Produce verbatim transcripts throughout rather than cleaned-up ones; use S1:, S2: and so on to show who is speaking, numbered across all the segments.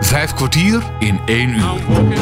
S1: Vijf kwartier in één uur.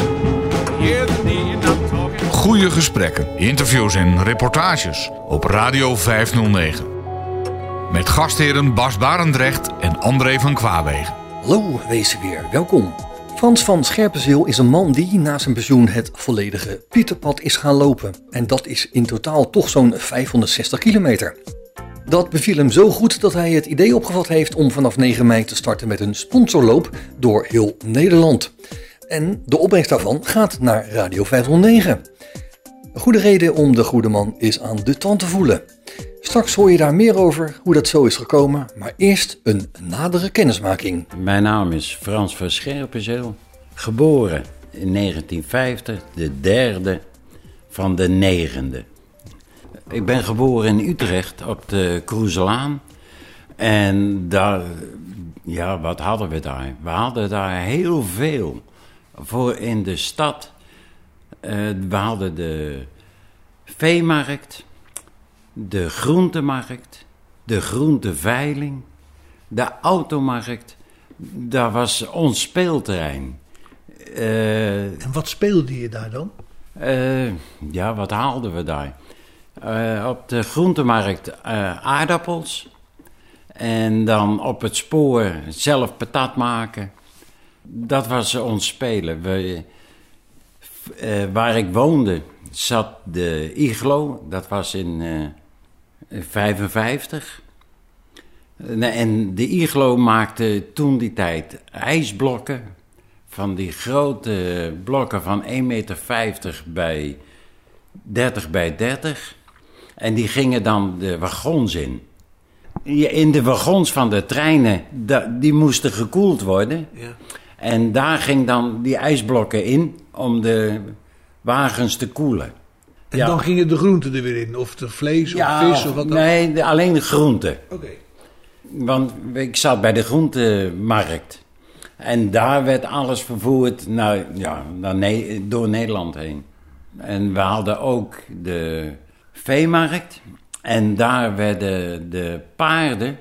S1: Goede gesprekken, interviews en reportages op Radio vijfhonderdnegen. Met gastheren Bas Barendrecht en André van Kwaabegen.
S2: Hallo, wees weer welkom. Frans van Scherpenzeel is een man die na zijn pensioen het volledige Pieterpad is gaan lopen. En dat is in totaal toch zo'n vijfhonderdzestig kilometer. Dat beviel hem zo goed dat hij het idee opgevat heeft om vanaf negen mei te starten met een sponsorloop door heel Nederland. En de opbrengst daarvan gaat naar Radio vijfhonderdnegen. Een goede reden om de goede man is aan de tand te voelen. Straks hoor je daar meer over hoe dat zo is gekomen, maar eerst een nadere kennismaking.
S3: Mijn naam is Frans van Scherpenzeel, geboren in negentien vijftig, de derde van de negende. Ik ben geboren in Utrecht op de Kroeselaan. En daar, ja, wat hadden we daar? We hadden daar heel veel voor in de stad. Uh, we hadden de veemarkt, de groentemarkt, de groenteveiling, de automarkt. Dat was ons speelterrein. Uh,
S4: en wat speelde je daar dan?
S3: Uh, ja, wat haalden we daar? Uh, op de groentemarkt uh, aardappels. En dan op het spoor zelf patat maken. Dat was ons spelen. We, uh, waar ik woonde zat de Iglo. Dat was in uh, vijfenvijftig. En de Iglo maakte toen die tijd ijsblokken. Van die grote blokken van één meter vijftig bij dertig bij dertig. En die gingen dan de wagons in. In de wagons van de treinen, die moesten gekoeld worden. Ja. En daar ging dan die ijsblokken in om de wagens te koelen.
S4: En
S3: ja.
S4: dan gingen de groenten er weer in? Of de vlees of
S3: ja,
S4: vis of wat dan?
S3: Nee, de, alleen de groenten.
S4: Oké. Okay.
S3: Want ik zat bij de groentemarkt. En daar werd alles vervoerd naar, ja, naar ne- door Nederland heen. En we hadden ook de veemarkt. En daar werden de paarden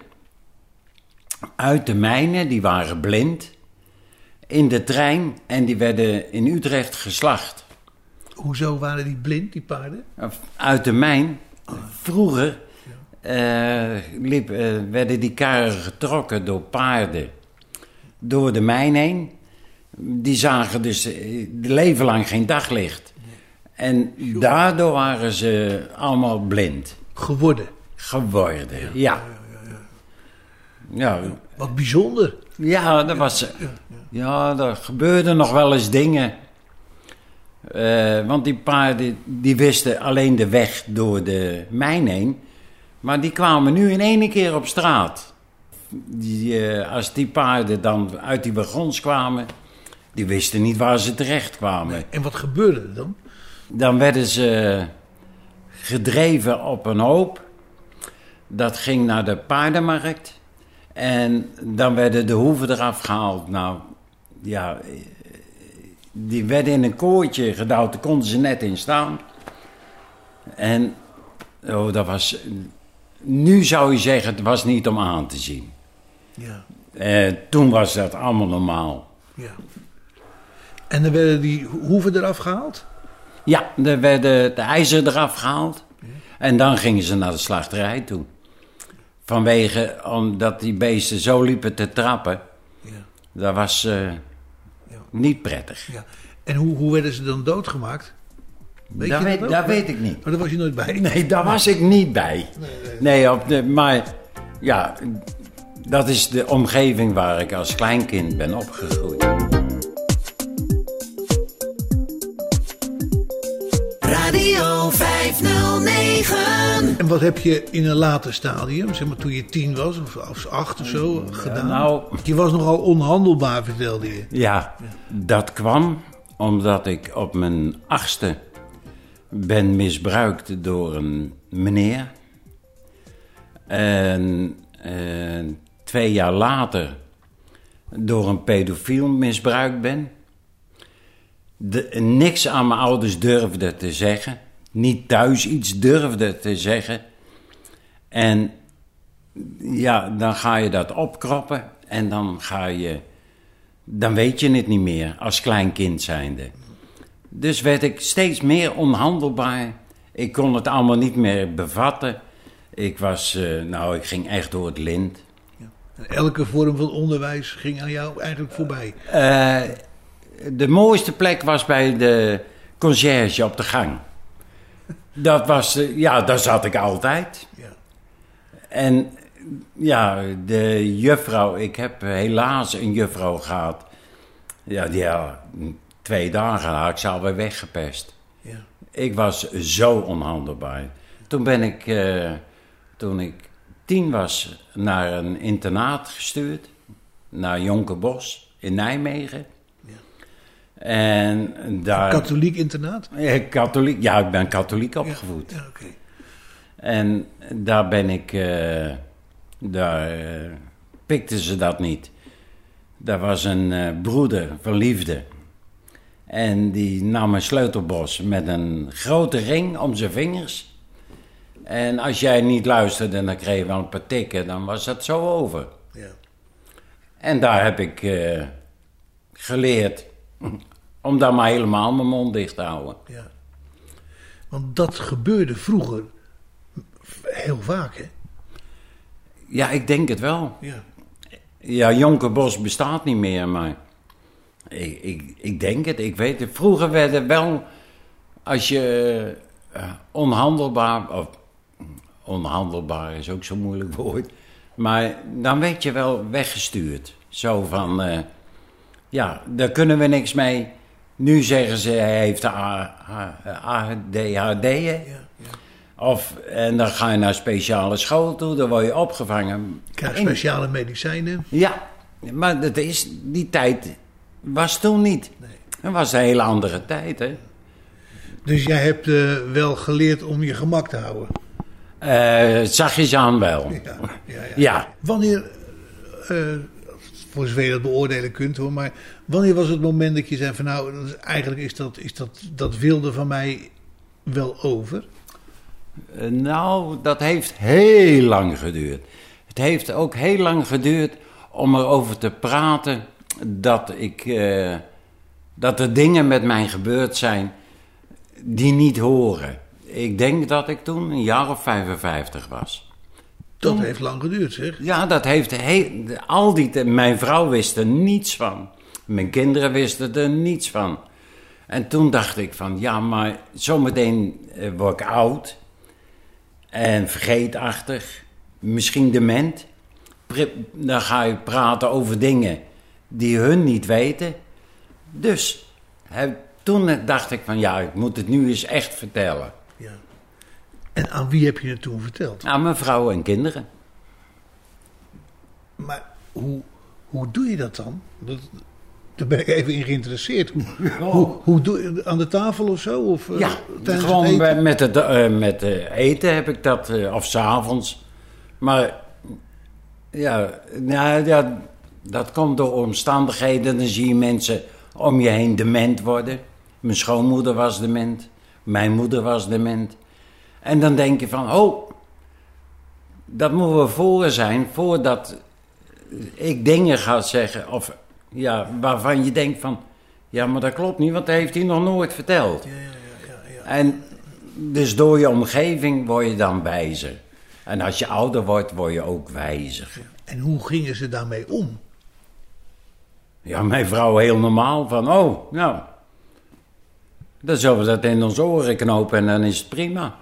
S3: uit de mijnen, die waren blind, in de trein. En die werden in Utrecht geslacht.
S4: Hoezo waren die blind, die paarden?
S3: Uit de mijn. Vroeger uh, liep, uh, werden die karren getrokken door paarden door de mijn heen. Die zagen dus uh, leven lang geen daglicht. En daardoor waren ze allemaal blind.
S4: Geworden?
S3: Geworden, ja. Ja, ja, ja. ja.
S4: Wat bijzonder.
S3: Ja, dat was... Ja, er gebeurden nog wel eens dingen. Uh, want die paarden, die wisten alleen de weg door de mijn heen. Maar die kwamen nu in één keer op straat. Die, uh, als die paarden dan uit die wagons kwamen, die wisten niet waar ze terecht kwamen.
S4: Nee. En wat gebeurde er dan?
S3: Dan werden ze gedreven op een hoop. Dat ging naar de paardenmarkt. En dan werden de hoeven eraf gehaald. Nou, ja, die werden in een koordje gedouwd. Daar konden ze net in staan. En oh, dat was... Nu zou je zeggen, het was niet om aan te zien.
S4: Ja.
S3: Eh, toen was dat allemaal normaal.
S4: Ja. En dan werden die hoeven eraf gehaald?
S3: Ja, er werden de ijzer eraf gehaald. Ja. En dan gingen ze naar de slachterij toe. Vanwege, omdat die beesten zo liepen te trappen. Ja. Dat was uh, ja. niet prettig. Ja.
S4: En hoe, hoe werden ze dan doodgemaakt?
S3: Weet dat weet, dat dat weet ik niet.
S4: Maar daar was je nooit bij?
S3: Nee, daar was ik niet bij. Nee, nee, nee. nee op de, maar ja, dat is de omgeving waar ik als kleinkind ben opgegroeid.
S5: Radio vijfhonderdnegen.
S4: En wat heb je in een later stadium, zeg maar toen je tien was of, of acht of zo, gedaan?
S3: Ja, nou,
S4: je was nogal onhandelbaar, vertelde je.
S3: Ja, ja, dat kwam omdat ik op mijn achtste ben misbruikt door een meneer. En uh, twee jaar later door een pedofiel misbruikt ben. De, niks aan mijn ouders durfde te zeggen. Niet thuis iets durfde te zeggen. En ja, dan ga je dat opkroppen. En dan ga je dan weet je het niet meer als klein kind zijnde. Dus werd ik steeds meer onhandelbaar. Ik kon het allemaal niet meer bevatten. Ik was, uh, nou, ik ging echt door het lint.
S4: Ja. En elke vorm van onderwijs ging aan jou eigenlijk voorbij.
S3: Uh, de mooiste plek was bij de conciërge op de gang. Dat was, uh, ja, daar zat ik altijd.
S4: Ja.
S3: En ja, de juffrouw, ik heb helaas een juffrouw gehad. Ja, die had twee dagen had ik ze alweer weggepest.
S4: Ja.
S3: Ik was zo onhandelbaar. Toen ben ik, uh, toen ik tien was, naar een internaat gestuurd. Naar Jonkerbos in Nijmegen.
S4: Ja.
S3: En daar...
S4: Een katholiek internaat?
S3: Ja, katholiek, ja, ik ben katholiek opgevoed.
S4: Ja, ja, oké. Okay.
S3: En daar ben ik... Uh, daar uh, pikten ze dat niet. Daar was een uh, broeder van liefde. En die nam een sleutelbos met een grote ring om zijn vingers. En als jij niet luisterde, dan kreeg je wel een paar tikken. Dan was dat zo over.
S4: Ja.
S3: En daar heb ik uh, geleerd om dan maar helemaal mijn mond dicht te houden.
S4: Ja. Want dat gebeurde vroeger heel vaak, hè?
S3: Ja, ik denk het wel.
S4: Ja.
S3: Ja, Jonkerbos bestaat niet meer, maar ik, ik, ik denk het, ik weet het. Vroeger werd er wel, als je uh, onhandelbaar, of onhandelbaar is ook zo'n moeilijk woord, maar dan werd je wel weggestuurd. Zo van, uh, ja, daar kunnen we niks mee. Nu zeggen ze, hij heeft A D H D.
S4: Ja, ja.
S3: Of, en dan ga je naar speciale school toe, dan word je opgevangen.
S4: Krijg speciale medicijnen.
S3: Ja, maar dat is, die tijd was toen niet.
S4: Nee.
S3: Dat was een hele andere tijd, hè.
S4: Dus jij hebt uh, wel geleerd om je gemak te houden?
S3: Uh, zachtjes aan wel.
S4: Ja, ja, ja.
S3: Ja.
S4: Wanneer, uh, voor zover je dat beoordelen kunt hoor, maar wanneer was het moment dat je zei van nou, eigenlijk is dat, is dat, dat wilde van mij wel over?
S3: Uh, nou, dat heeft heel lang geduurd. Het heeft ook heel lang geduurd om erover te praten dat ik, uh, dat er dingen met mij gebeurd zijn die niet horen. Ik denk dat ik toen een jaar of vijfenvijftig was.
S4: Dat
S3: toen,
S4: heeft lang geduurd, zeg.
S3: Ja, dat heeft heel, al die... Mijn vrouw wist er niets van. Mijn kinderen wisten er niets van. En toen dacht ik van, ja, maar zometeen uh, word ik oud en vergeetachtig, misschien dement. Dan ga je praten over dingen die hun niet weten. Dus he, toen dacht ik van, ja, ik moet het nu eens echt vertellen.
S4: Ja. En aan wie heb je het toen verteld?
S3: Aan mijn vrouw en kinderen.
S4: Maar hoe, hoe doe je dat dan? Dat, daar ben ik even in geïnteresseerd. Hoe,
S3: Ja.
S4: hoe, hoe doe je aan de tafel of zo? Of, uh,
S3: Ja,
S4: tijdens
S3: gewoon
S4: het eten?
S3: met het uh, met, uh, eten heb ik dat, uh, of 's avonds. Maar ja, nou, ja, dat komt door omstandigheden. Dan zie je mensen om je heen dement worden. Mijn schoonmoeder was dement. Mijn moeder was dement. En dan denk je van, oh, dat moeten we voor zijn voordat ik dingen ga zeggen. Of ja, waarvan je denkt van, ja, maar dat klopt niet, want dat heeft hij nog nooit verteld.
S4: Ja, ja, ja, ja, ja.
S3: En dus door je omgeving word je dan wijzer. En als je ouder wordt, word je ook wijzer.
S4: En hoe gingen ze daarmee om?
S3: Ja, mijn vrouw heel normaal van, oh, nou, dan zullen we dat in onze oren knopen en dan is het prima.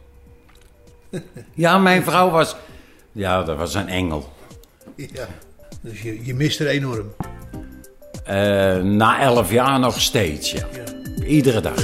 S3: Ja, mijn vrouw was, ja, dat was een engel.
S4: Ja, dus je, je mist er enorm.
S3: Uh, na elf jaar nog steeds, ja.
S4: Ja.
S3: Iedere dag.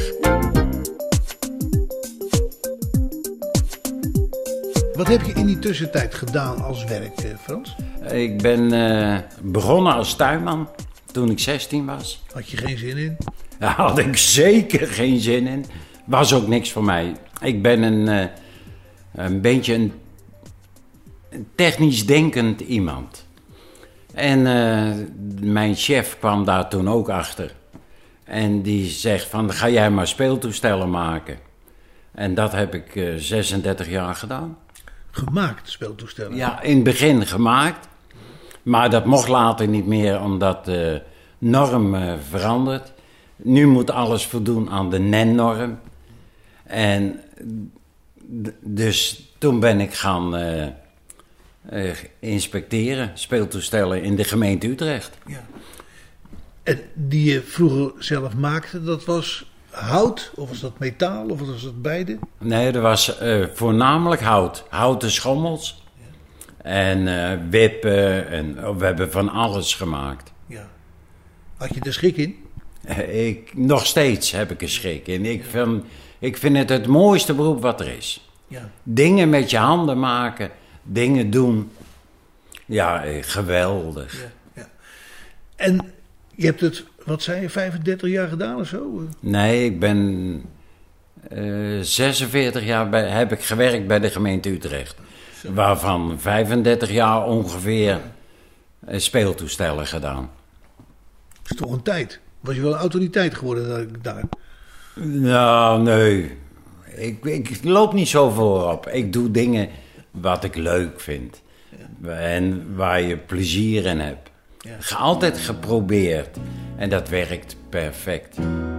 S4: Wat heb je in die tussentijd gedaan als werk, eh, Frans?
S3: Ik ben uh, begonnen als tuinman toen ik zestien was.
S4: Had je geen zin in?
S3: Daar had ik zeker geen zin in. Was ook niks voor mij. Ik ben een, uh, een beetje een, een technisch denkend iemand. En uh, mijn chef kwam daar toen ook achter. En die zegt van, ga jij maar speeltoestellen maken. En dat heb ik uh, zesendertig jaar gedaan.
S4: Gemaakt, speeltoestellen?
S3: Ja, in het begin gemaakt. Maar dat mocht later niet meer, omdat uh, norm uh, veranderd. Nu moet alles voldoen aan de N E N-norm. En d- dus toen ben ik gaan uh, uh, inspecteren, speeltoestellen in de gemeente Utrecht.
S4: Ja. En die je vroeger zelf maakte, dat was hout? Of was dat metaal? Of was dat beide?
S3: Nee, dat was uh, voornamelijk hout. Houten schommels. Ja. En uh, wippen. En oh, we hebben van alles gemaakt.
S4: Ja. Had je er schik in?
S3: Uh, ik, nog steeds heb ik er schik in. Ik, ja. vind, ik vind het het mooiste beroep wat er is. Ja. Dingen met je handen maken. Dingen doen. Ja, uh, geweldig. Ja, ja.
S4: En je hebt het, wat zei je, vijfendertig jaar gedaan of zo?
S3: Nee, ik ben uh, zesenveertig jaar bij, heb ik gewerkt bij de gemeente Utrecht. Zo. Waarvan vijfendertig jaar ongeveer uh, speeltoestellen gedaan.
S4: Dat is toch een tijd? Was je wel een autoriteit geworden daar?
S3: Nou, nee. Ik, ik loop niet zo voorop. Ik doe dingen wat ik leuk vind. Ja. En waar je plezier in hebt. Ja. Altijd geprobeerd. En dat werkt perfect.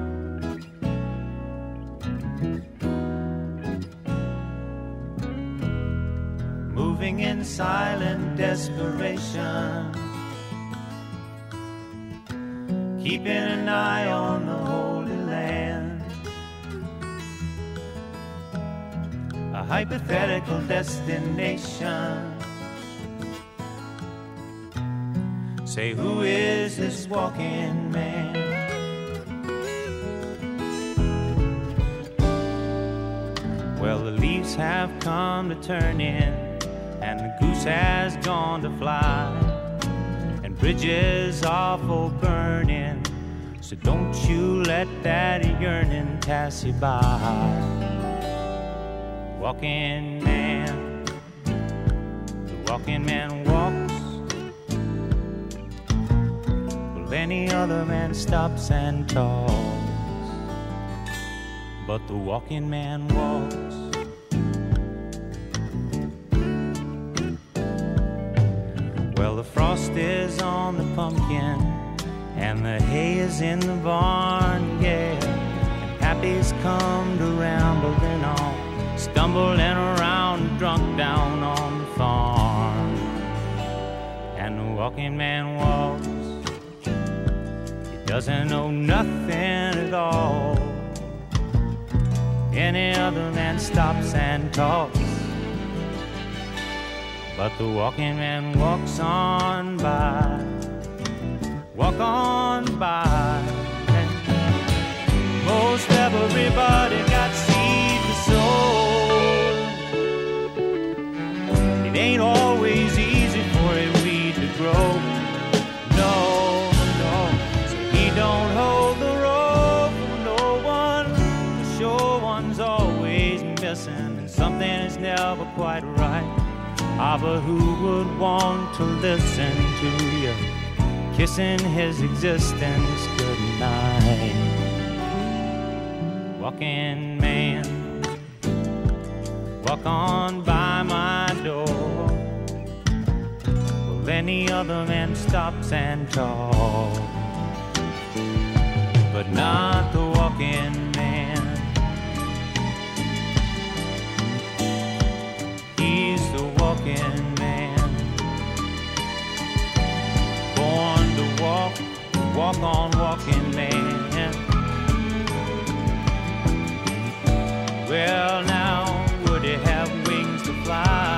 S5: Moving in silent desperation, keeping an eye on the Holy Land, a hypothetical destination. Say, who is this walking man? Well, the leaves have come to turn in, and the goose has gone to fly, and bridges are for burning, so don't you let that yearning pass you by. Walking man, the walking man walks, any other man stops and talks, but the walking man walks. Well, the frost is on the pumpkin, and the hay is in the barn, yeah, and Pappy's come to rambling on, stumbling around, drunk down on the farm, and the walking man walks. Doesn't know nothing at all. Any other man stops and talks, but the walking man walks on by, walk on by. And most everybody got seed to sow. It ain't always easy for a weed to grow. Don't hold the rope for no one. The sure one's always missing, and something is never quite right. Ah, but who would want to listen to you kissing his existence goodnight? Walking man, walk on by my door. Well, any other man stops and talks, but not the walking man. He's the walking man, born to walk, walk on walking man. Well, now would he have wings to fly?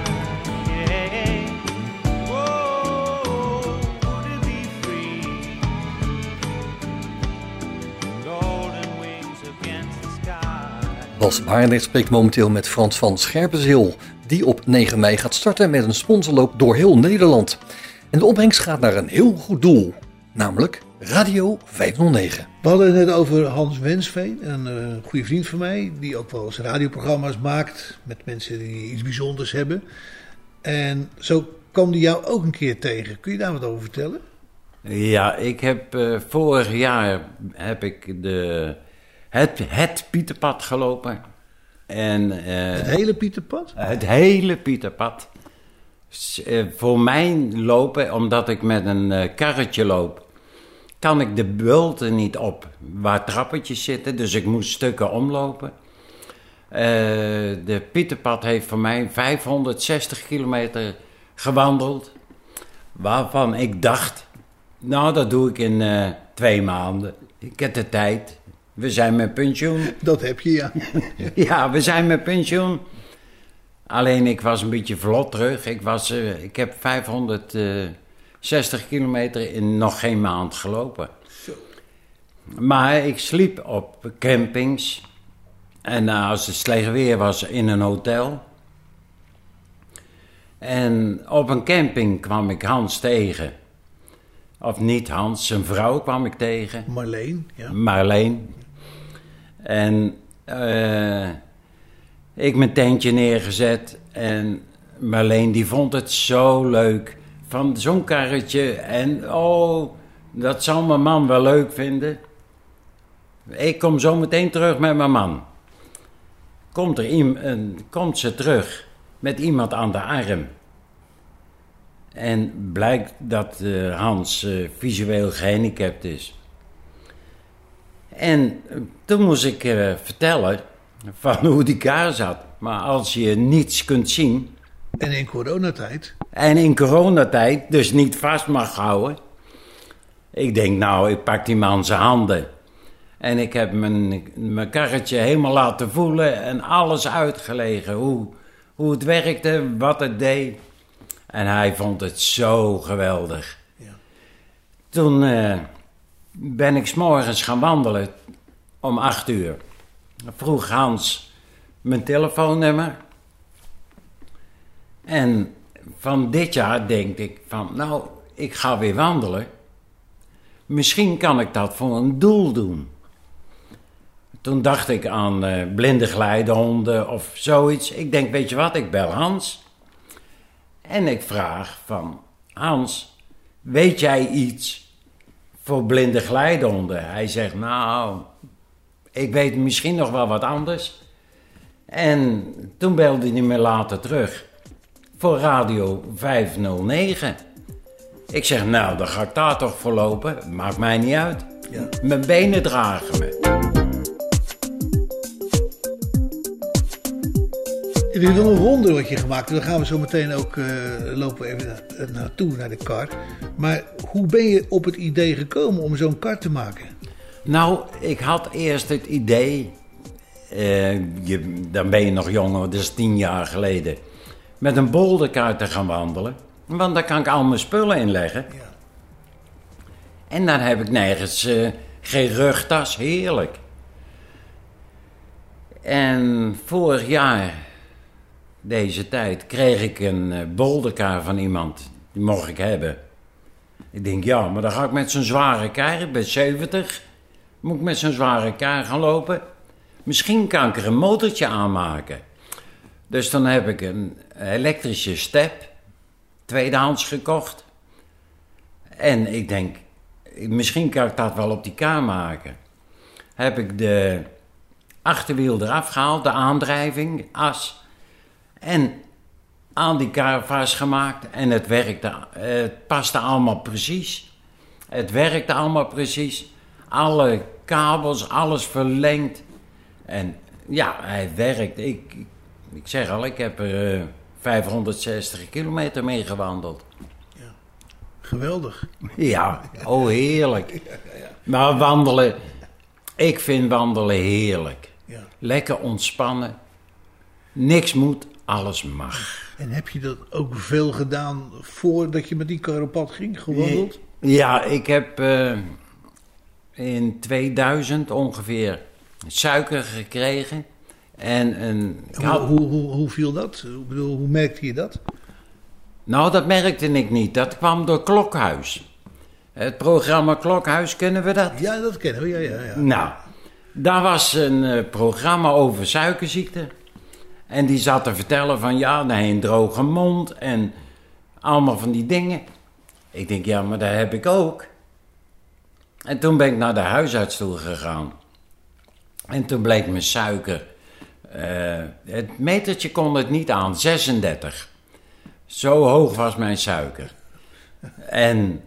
S2: Bas Barendrecht spreekt momenteel met Frans van Scherpenzeel, die op negen mei gaat starten met een sponsorloop door heel Nederland. En de opbrengst gaat naar een heel goed doel, namelijk Radio vijfhonderdnegen.
S4: We hadden het net over Hans Wensveen, een uh, goede vriend van mij, die ook wel eens radioprogramma's maakt met mensen die iets bijzonders hebben. En zo kwam die jou ook een keer tegen. Kun je daar wat over vertellen?
S3: Ja, ik heb uh, vorig jaar heb ik de... Het, het Pieterpad gelopen. En, uh,
S4: het hele Pieterpad?
S3: Het hele Pieterpad. S- uh, voor mij lopen, omdat ik met een uh, karretje loop. kan ik de bulten niet op waar trappetjes zitten. Dus ik moest stukken omlopen. Uh, de Pieterpad heeft voor mij vijfhonderdzestig kilometer gewandeld. Waarvan ik dacht, nou dat doe ik in uh, twee maanden. Ik heb de tijd. We zijn met pensioen.
S4: Dat heb je, ja.
S3: Ja, we zijn met pensioen. Alleen ik was een beetje vlot terug. Ik, was, uh, ik heb vijfhonderdzestig kilometer in nog geen maand gelopen. Zo. Maar ik sliep op campings. En uh, als het slecht weer was, in een hotel. En op een camping kwam ik Hans tegen. Of niet Hans, zijn vrouw kwam ik tegen.
S4: Marleen, ja.
S3: Marleen. En uh, ik mijn tentje neergezet. En Marleen die vond het zo leuk. Van zo'n karretje. En oh, dat zal mijn man wel leuk vinden. Ik kom zo meteen terug met mijn man. Komt, er iem, komt ze terug met iemand aan de arm. En blijkt dat uh, Hans uh, visueel gehandicapt is. En uh, toen moest ik uh, vertellen van hoe die kaar zat. Maar als je niets kunt zien...
S4: En in coronatijd?
S3: En in coronatijd, dus niet vast mag houden. Ik denk, nou, ik pak die man zijn handen... En ik heb mijn, mijn karretje helemaal laten voelen en alles uitgelegen. Hoe, hoe het werkte, wat het deed. En hij vond het zo geweldig. Ja. Toen uh, ben ik 's morgens gaan wandelen om acht uur. Vroeg Hans mijn telefoonnummer. En van dit jaar denk ik van, nou, ik ga weer wandelen. Misschien kan ik dat voor een doel doen. Toen dacht ik aan uh, blinde glijdenhonden of zoiets. Ik denk, weet je wat, ik bel Hans. En ik vraag van, Hans, weet jij iets voor blinde glijdenhonden? Hij zegt, nou, ik weet misschien nog wel wat anders. En toen belde hij me later terug voor Radio vijfhonderdnegen. Ik zeg, nou, dan ga ik daar toch voor lopen. Maakt mij niet uit. Ja. Mijn benen dragen me.
S4: Er is wel een ronde wat je gemaakt hebt. Dan gaan we zo meteen ook uh, lopen even na, naartoe, naar de kar. Maar hoe ben je op het idee gekomen om zo'n kar te maken?
S3: Nou, ik had eerst het idee... Uh, je, dan ben je nog jonger, dat is tien jaar geleden... met een bolderkar te gaan wandelen. Want daar kan ik al mijn spullen in leggen. Ja. En dan heb ik nergens uh, geen rugtas. Heerlijk. En vorig jaar... Deze tijd kreeg ik een uh, bolderkar van iemand. Die mocht ik hebben. Ik denk, ja, maar dan ga ik met zo'n zware kar. Ik ben zeventig. Moet ik met zo'n zware kar gaan lopen? Misschien kan ik er een motortje aanmaken. Dus dan heb ik een elektrische step. Tweedehands gekocht. En ik denk, misschien kan ik dat wel op die kar maken. Heb ik de achterwiel eraf gehaald. De aandrijving, as... En aan die kar vastgemaakt en het werkte, het paste allemaal precies. Het werkte allemaal precies. Alle kabels, alles verlengd. En ja, hij werkt. Ik, ik zeg al, ik heb er uh, vijfhonderdzestig kilometer mee gewandeld.
S4: Ja, geweldig.
S3: Ja, oh heerlijk. Ja, ja, ja. Maar wandelen, ik vind wandelen heerlijk. Ja. Lekker ontspannen. Niks moet. Alles mag.
S4: En heb je dat ook veel gedaan voordat je met die kar op pad ging, gewandeld?
S3: Ja, ik heb uh, in tweeduizend ongeveer suiker gekregen. En een,
S4: hoe, had... hoe, hoe, hoe viel dat? Ik bedoel, hoe merkte je dat?
S3: Nou, dat merkte ik niet. Dat kwam door Klokhuis. Het programma Klokhuis, kennen we dat?
S4: Ja, dat kennen we, ja, ja. ja.
S3: Nou, daar was een uh, programma over suikerziekte. En die zat te vertellen van, ja, nee, een droge mond en allemaal van die dingen. Ik denk, ja, maar dat heb ik ook. En toen ben ik naar de huisarts toe gegaan. En toen bleek mijn suiker... Uh, het metertje kon het niet aan, zesendertig. Zo hoog was mijn suiker. En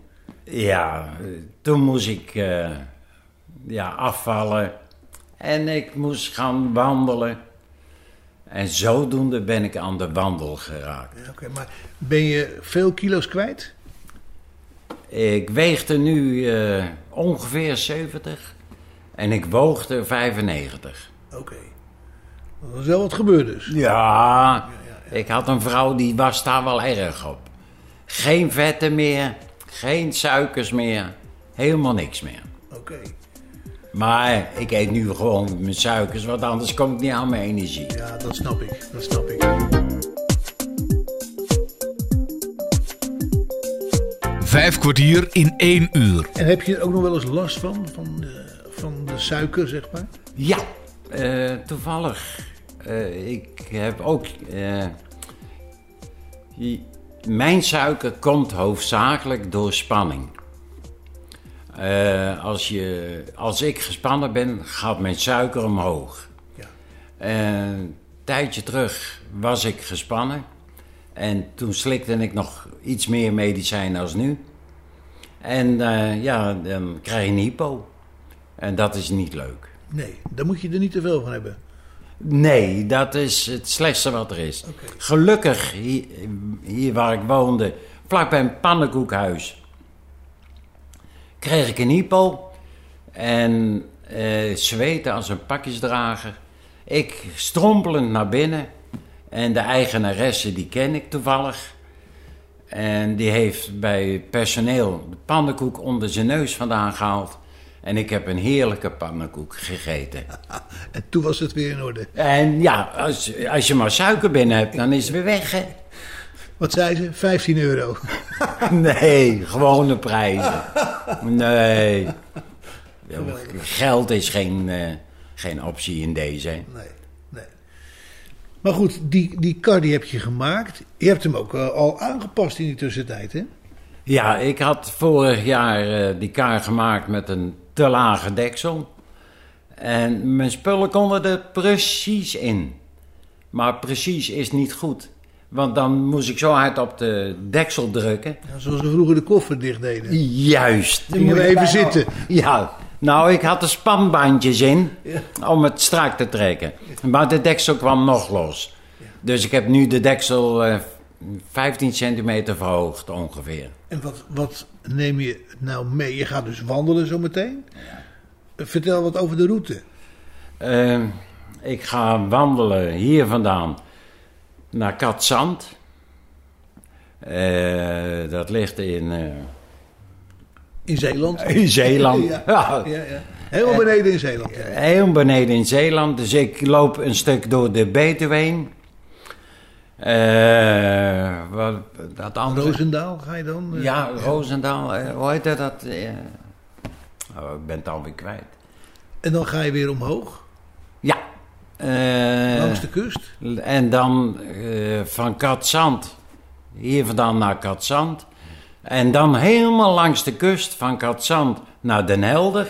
S3: Ja, toen moest ik uh, ja, afvallen en ik moest gaan wandelen. En zodoende ben ik aan de wandel geraakt.
S4: Oké, okay, maar ben je veel kilo's kwijt?
S3: Ik weegde nu uh, ongeveer zeventig en ik woogde vijfennegentig.
S4: Oké, okay. Dat is wel wat gebeurd dus.
S3: Ja, ja, ja, ja, ik had een vrouw die was daar wel erg op. Geen vetten meer, geen suikers meer, helemaal niks meer.
S4: Oké. Okay.
S3: Maar ik eet nu gewoon mijn suikers, want anders kom ik niet aan mijn energie.
S4: Ja, dat snap ik, dat snap ik.
S1: Vijf kwartier in één uur.
S4: En heb je er ook nog wel eens last van, van de, van de suiker, zeg maar?
S3: Ja, uh, toevallig. Uh, ik heb ook... Uh, mijn suiker komt hoofdzakelijk door spanning. Uh, als, je, als ik gespannen ben, gaat mijn suiker omhoog.
S4: Ja.
S3: Uh, een tijdje terug was ik gespannen. En toen slikte ik nog iets meer medicijn als nu. En uh, ja, dan krijg je een hypo. En dat is niet leuk.
S4: Nee, daar moet je er niet te veel van hebben.
S3: Nee, dat is het slechtste wat er is.
S4: Okay.
S3: Gelukkig, hier, hier waar ik woonde, vlakbij een pannenkoekhuis, kreeg ik een hypo. En uh, zweten als een pakjesdrager. Ik strompelend naar binnen. En de eigenaresse, die ken ik toevallig. En die heeft bij personeel de pannenkoek onder zijn neus vandaan gehaald. En ik heb een heerlijke pannenkoek gegeten.
S4: En toen was het weer in orde.
S3: En ja, als, als je maar suiker binnen hebt, dan is het weer weg, hè.
S4: Wat zei ze? vijftien euro.
S3: Nee, gewone prijzen. Nee. Geld is geen, uh, geen optie in deze.
S4: Nee, nee. Maar goed, die, die kar die heb je gemaakt. Je hebt hem ook uh, al aangepast in die tussentijd, hè?
S3: Ja, ik had vorig jaar uh, die kar gemaakt met een te lage deksel. En mijn spullen konden er precies in. Maar precies is niet goed. Want dan moest ik zo hard op de deksel drukken.
S4: Ja, zoals we vroeger de koffer dicht deden.
S3: Juist.
S4: Gingen we even zitten.
S3: Ja, nou ik had er spanbandjes in
S4: ja.
S3: om het strak te trekken. Maar de deksel kwam nog los.
S4: Ja.
S3: Dus ik heb nu de deksel uh, vijftien centimeter verhoogd ongeveer.
S4: En wat, wat neem je nou mee? Je gaat dus wandelen zometeen. Ja. Vertel wat over de route.
S3: Uh, ik ga wandelen hier vandaan naar Katzand. Uh, dat ligt in... Uh,
S4: in Zeeland?
S3: In Zeeland, ja.
S4: ja, ja, ja. Helemaal beneden in Zeeland.
S3: Uh, helemaal beneden in Zeeland. Dus ik loop een stuk door de Betuwe heen. Uh, wat, dat andere...
S4: Roosendaal ga je dan? Uh,
S3: ja, Roosendaal. Uh, hoe heet dat? dat uh... oh, ik ben het alweer kwijt.
S4: En dan ga je weer omhoog?
S3: Ja. Uh,
S4: Langs de kust?
S3: En dan uh, van Katzand, hier vandaan naar Katzand. En dan helemaal langs de kust van Katzand naar Den Helder.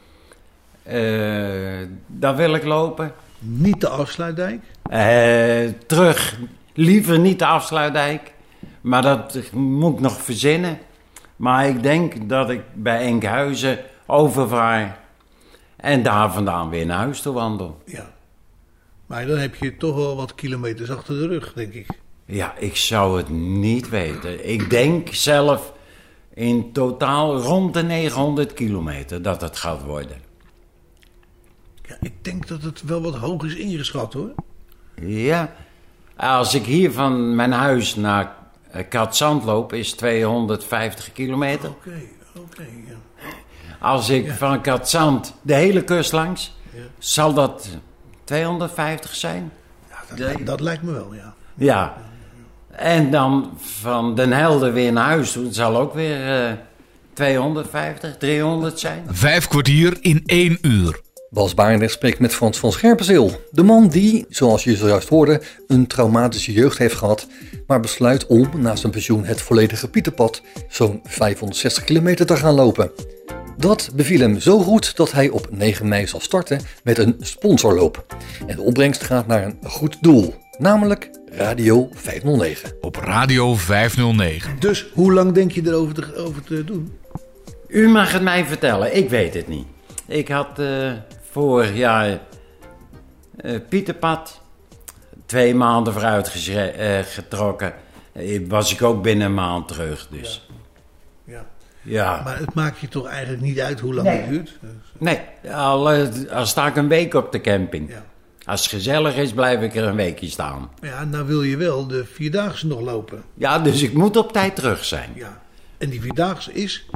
S3: Uh, daar wil ik lopen.
S4: Niet de Afsluitdijk?
S3: Uh, terug, liever niet de Afsluitdijk. Maar dat moet ik nog verzinnen. Maar ik denk dat ik bij Enkhuizen overvaar. En daar vandaan weer naar huis toe wandel.
S4: Ja. Maar dan heb je toch wel wat kilometers achter de rug, denk ik.
S3: Ja, ik zou het niet weten. Ik denk zelf in totaal rond de negenhonderd kilometer dat het gaat worden.
S4: Ja, ik denk dat het wel wat hoog is ingeschat, hoor.
S3: Ja, als ik hier van mijn huis naar Katzand loop, is tweehonderdvijftig kilometer.
S4: Oké, okay, oké, okay, ja.
S3: Als ik ja. van Katzand de hele kust langs, ja. zal dat tweehonderdvijftig zijn.
S4: Ja, dat, lijkt, dat lijkt me wel, ja.
S3: Ja, en dan van Den Helder weer naar huis toe, zal ook weer uh, tweehonderdvijftig, driehonderd zijn.
S1: Vijf kwartier in één uur.
S2: Bas Barendrecht spreekt met Frans van Scherpenzeel. De man die, zoals je zojuist hoorde, een traumatische jeugd heeft gehad, maar besluit om na zijn pensioen het volledige Pieterpad, zo'n vijfhonderdzestig kilometer, te gaan lopen. Dat beviel hem zo goed dat hij op negen mei zal starten met een sponsorloop. En de opbrengst gaat naar een goed doel, namelijk Radio vijfhonderdnegen.
S1: Op Radio vijfhonderdnegen.
S4: Dus hoe lang denk je erover te, over te doen?
S3: U mag het mij vertellen, ik weet het niet. Ik had uh, vorig jaar uh, Pieterpad twee maanden vooruit gezre- uh, getrokken. Uh, was ik ook binnen een maand terug, dus.
S4: Ja. ja.
S3: Ja.
S4: Maar het maakt je toch eigenlijk niet uit hoe lang
S3: Nee.
S4: het duurt?
S3: Nee, al, uh, al sta ik een week op de camping.
S4: Ja.
S3: Als het gezellig is, blijf ik er een weekje staan.
S4: Ja, nou wil je wel de Vierdaagse nog lopen.
S3: Ja, dus ik moet op tijd terug zijn.
S4: Ja. En die Vierdaagse is?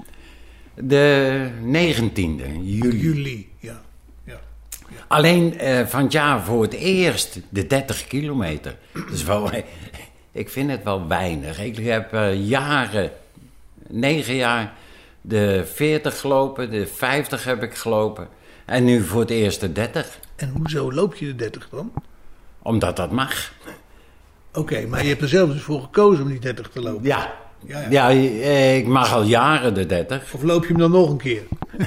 S3: De negentiende juli.
S4: Juli, ja. ja.
S3: Alleen uh, van het jaar voor het eerst de dertig kilometer. Dus wel, ik vind het wel weinig. Ik heb uh, jaren, negen jaar, de veertig gelopen, de vijftig heb ik gelopen. En nu voor het eerst de dertig.
S4: En hoezo loop je de dertig dan?
S3: Omdat dat mag.
S4: Oké, okay, maar je hebt er zelf dus voor gekozen om die dertig te lopen.
S3: Ja,
S4: ja, ja.
S3: ja ik mag al jaren de dertig.
S4: Of loop je hem dan nog een keer?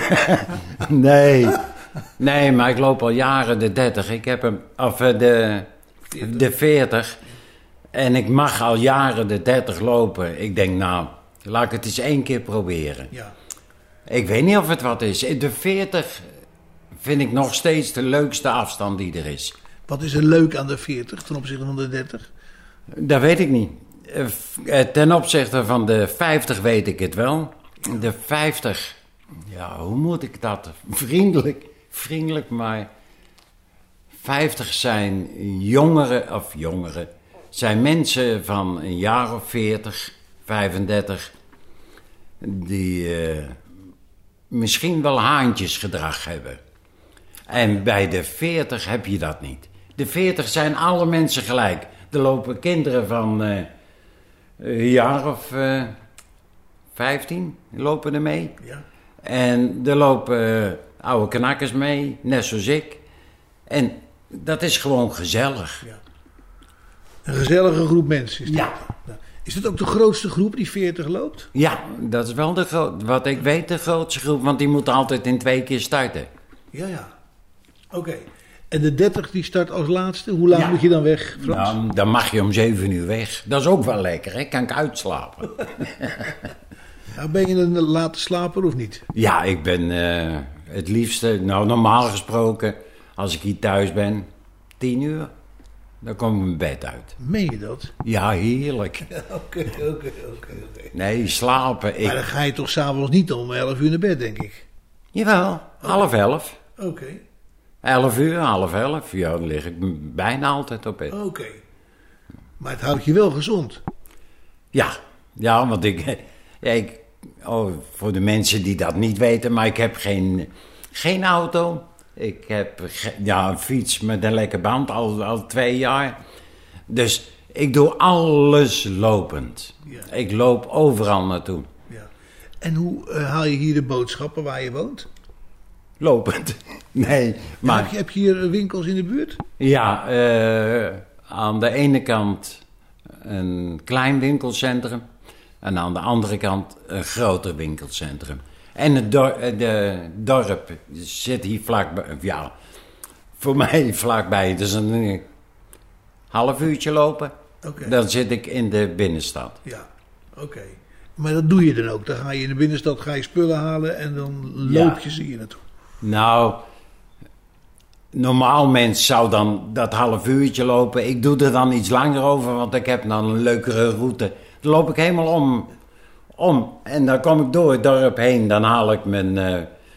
S3: Nee, nee, maar ik loop al jaren de dertig. Ik heb hem, of uh, de, de veertig. En ik mag al jaren de dertig lopen. Ik denk, nou, laat ik het eens één keer proberen.
S4: Ja.
S3: Ik weet niet of het wat is. De veertig vind ik nog steeds de leukste afstand die er is.
S4: Wat is er leuk aan de veertig ten opzichte van de dertig?
S3: Dat weet ik niet. Ten opzichte van de vijftig weet ik het wel. De vijftig, ja, hoe moet ik dat? Vriendelijk, vriendelijk, maar vijftig zijn jongeren, of jongeren, zijn mensen van een jaar of veertig, vijfendertig, die uh, misschien wel haantjesgedrag hebben. En bij de veertig heb je dat niet. De veertig zijn alle mensen gelijk. Er lopen kinderen van uh, een jaar of uh, vijftien, lopen er mee.
S4: Ja.
S3: En er lopen uh, oude knakkers mee, net zoals ik. En dat is gewoon gezellig.
S4: Ja. Een gezellige groep mensen is dat.
S3: Ja.
S4: Nou, is het ook de grootste groep die veertig loopt?
S3: Ja, dat is wel de gro- wat ik weet de grootste groep, want die moet altijd in twee keer starten.
S4: Ja, ja. Oké. Okay. En de dertig die start als laatste. Hoe lang
S3: Ja.
S4: moet je dan weg, Frans?
S3: Nou, dan mag je om zeven uur weg. Dat is ook wel lekker, hè? Kan ik uitslapen.
S4: Nou, ben je een late slaper of niet?
S3: Ja, ik ben uh, het liefste, nou normaal gesproken, als ik hier thuis ben, tien uur. Dan kom ik mijn bed uit.
S4: Meen je dat?
S3: Ja, heerlijk.
S4: Oké, oké, oké, oké.
S3: Nee, slapen. Ik...
S4: Maar dan ga je toch s'avonds niet om elf uur naar bed, denk ik?
S3: Jawel, half elf.
S4: Oké. Okay.
S3: Elf uur, half elf. Ja, dan lig ik bijna altijd op bed.
S4: Oké. Okay. Maar het houdt je wel gezond.
S3: Ja, ja, want ik... Ja, ik oh, voor de mensen die dat niet weten, maar ik heb geen, geen auto. Ik heb ge, ja, een fiets met een lekker band al, al twee jaar. Dus ik doe alles lopend. Ja. Ik loop overal naartoe.
S4: Ja. En hoe uh, haal je hier de boodschappen waar je woont?
S3: Lopend. Nee, maar...
S4: Heb je, heb je hier winkels in de buurt?
S3: Ja, uh, aan de ene kant een klein winkelcentrum. En aan de andere kant een groter winkelcentrum. En het dor- de dorp zit hier vlakbij. Ja, voor mij vlakbij. Het is een half uurtje lopen.
S4: Okay.
S3: Dan zit ik in de binnenstad.
S4: Ja, oké. Okay. Maar dat doe je dan ook? Dan ga je in de binnenstad ga je spullen halen en dan loop
S3: ja.
S4: je ze hier naartoe?
S3: Nou, normaal mens zou dan dat half uurtje lopen. Ik doe er dan iets langer over, want ik heb dan een leukere route. Dan loop ik helemaal om. om. En dan kom ik door het dorp heen. Dan haal ik mijn, uh,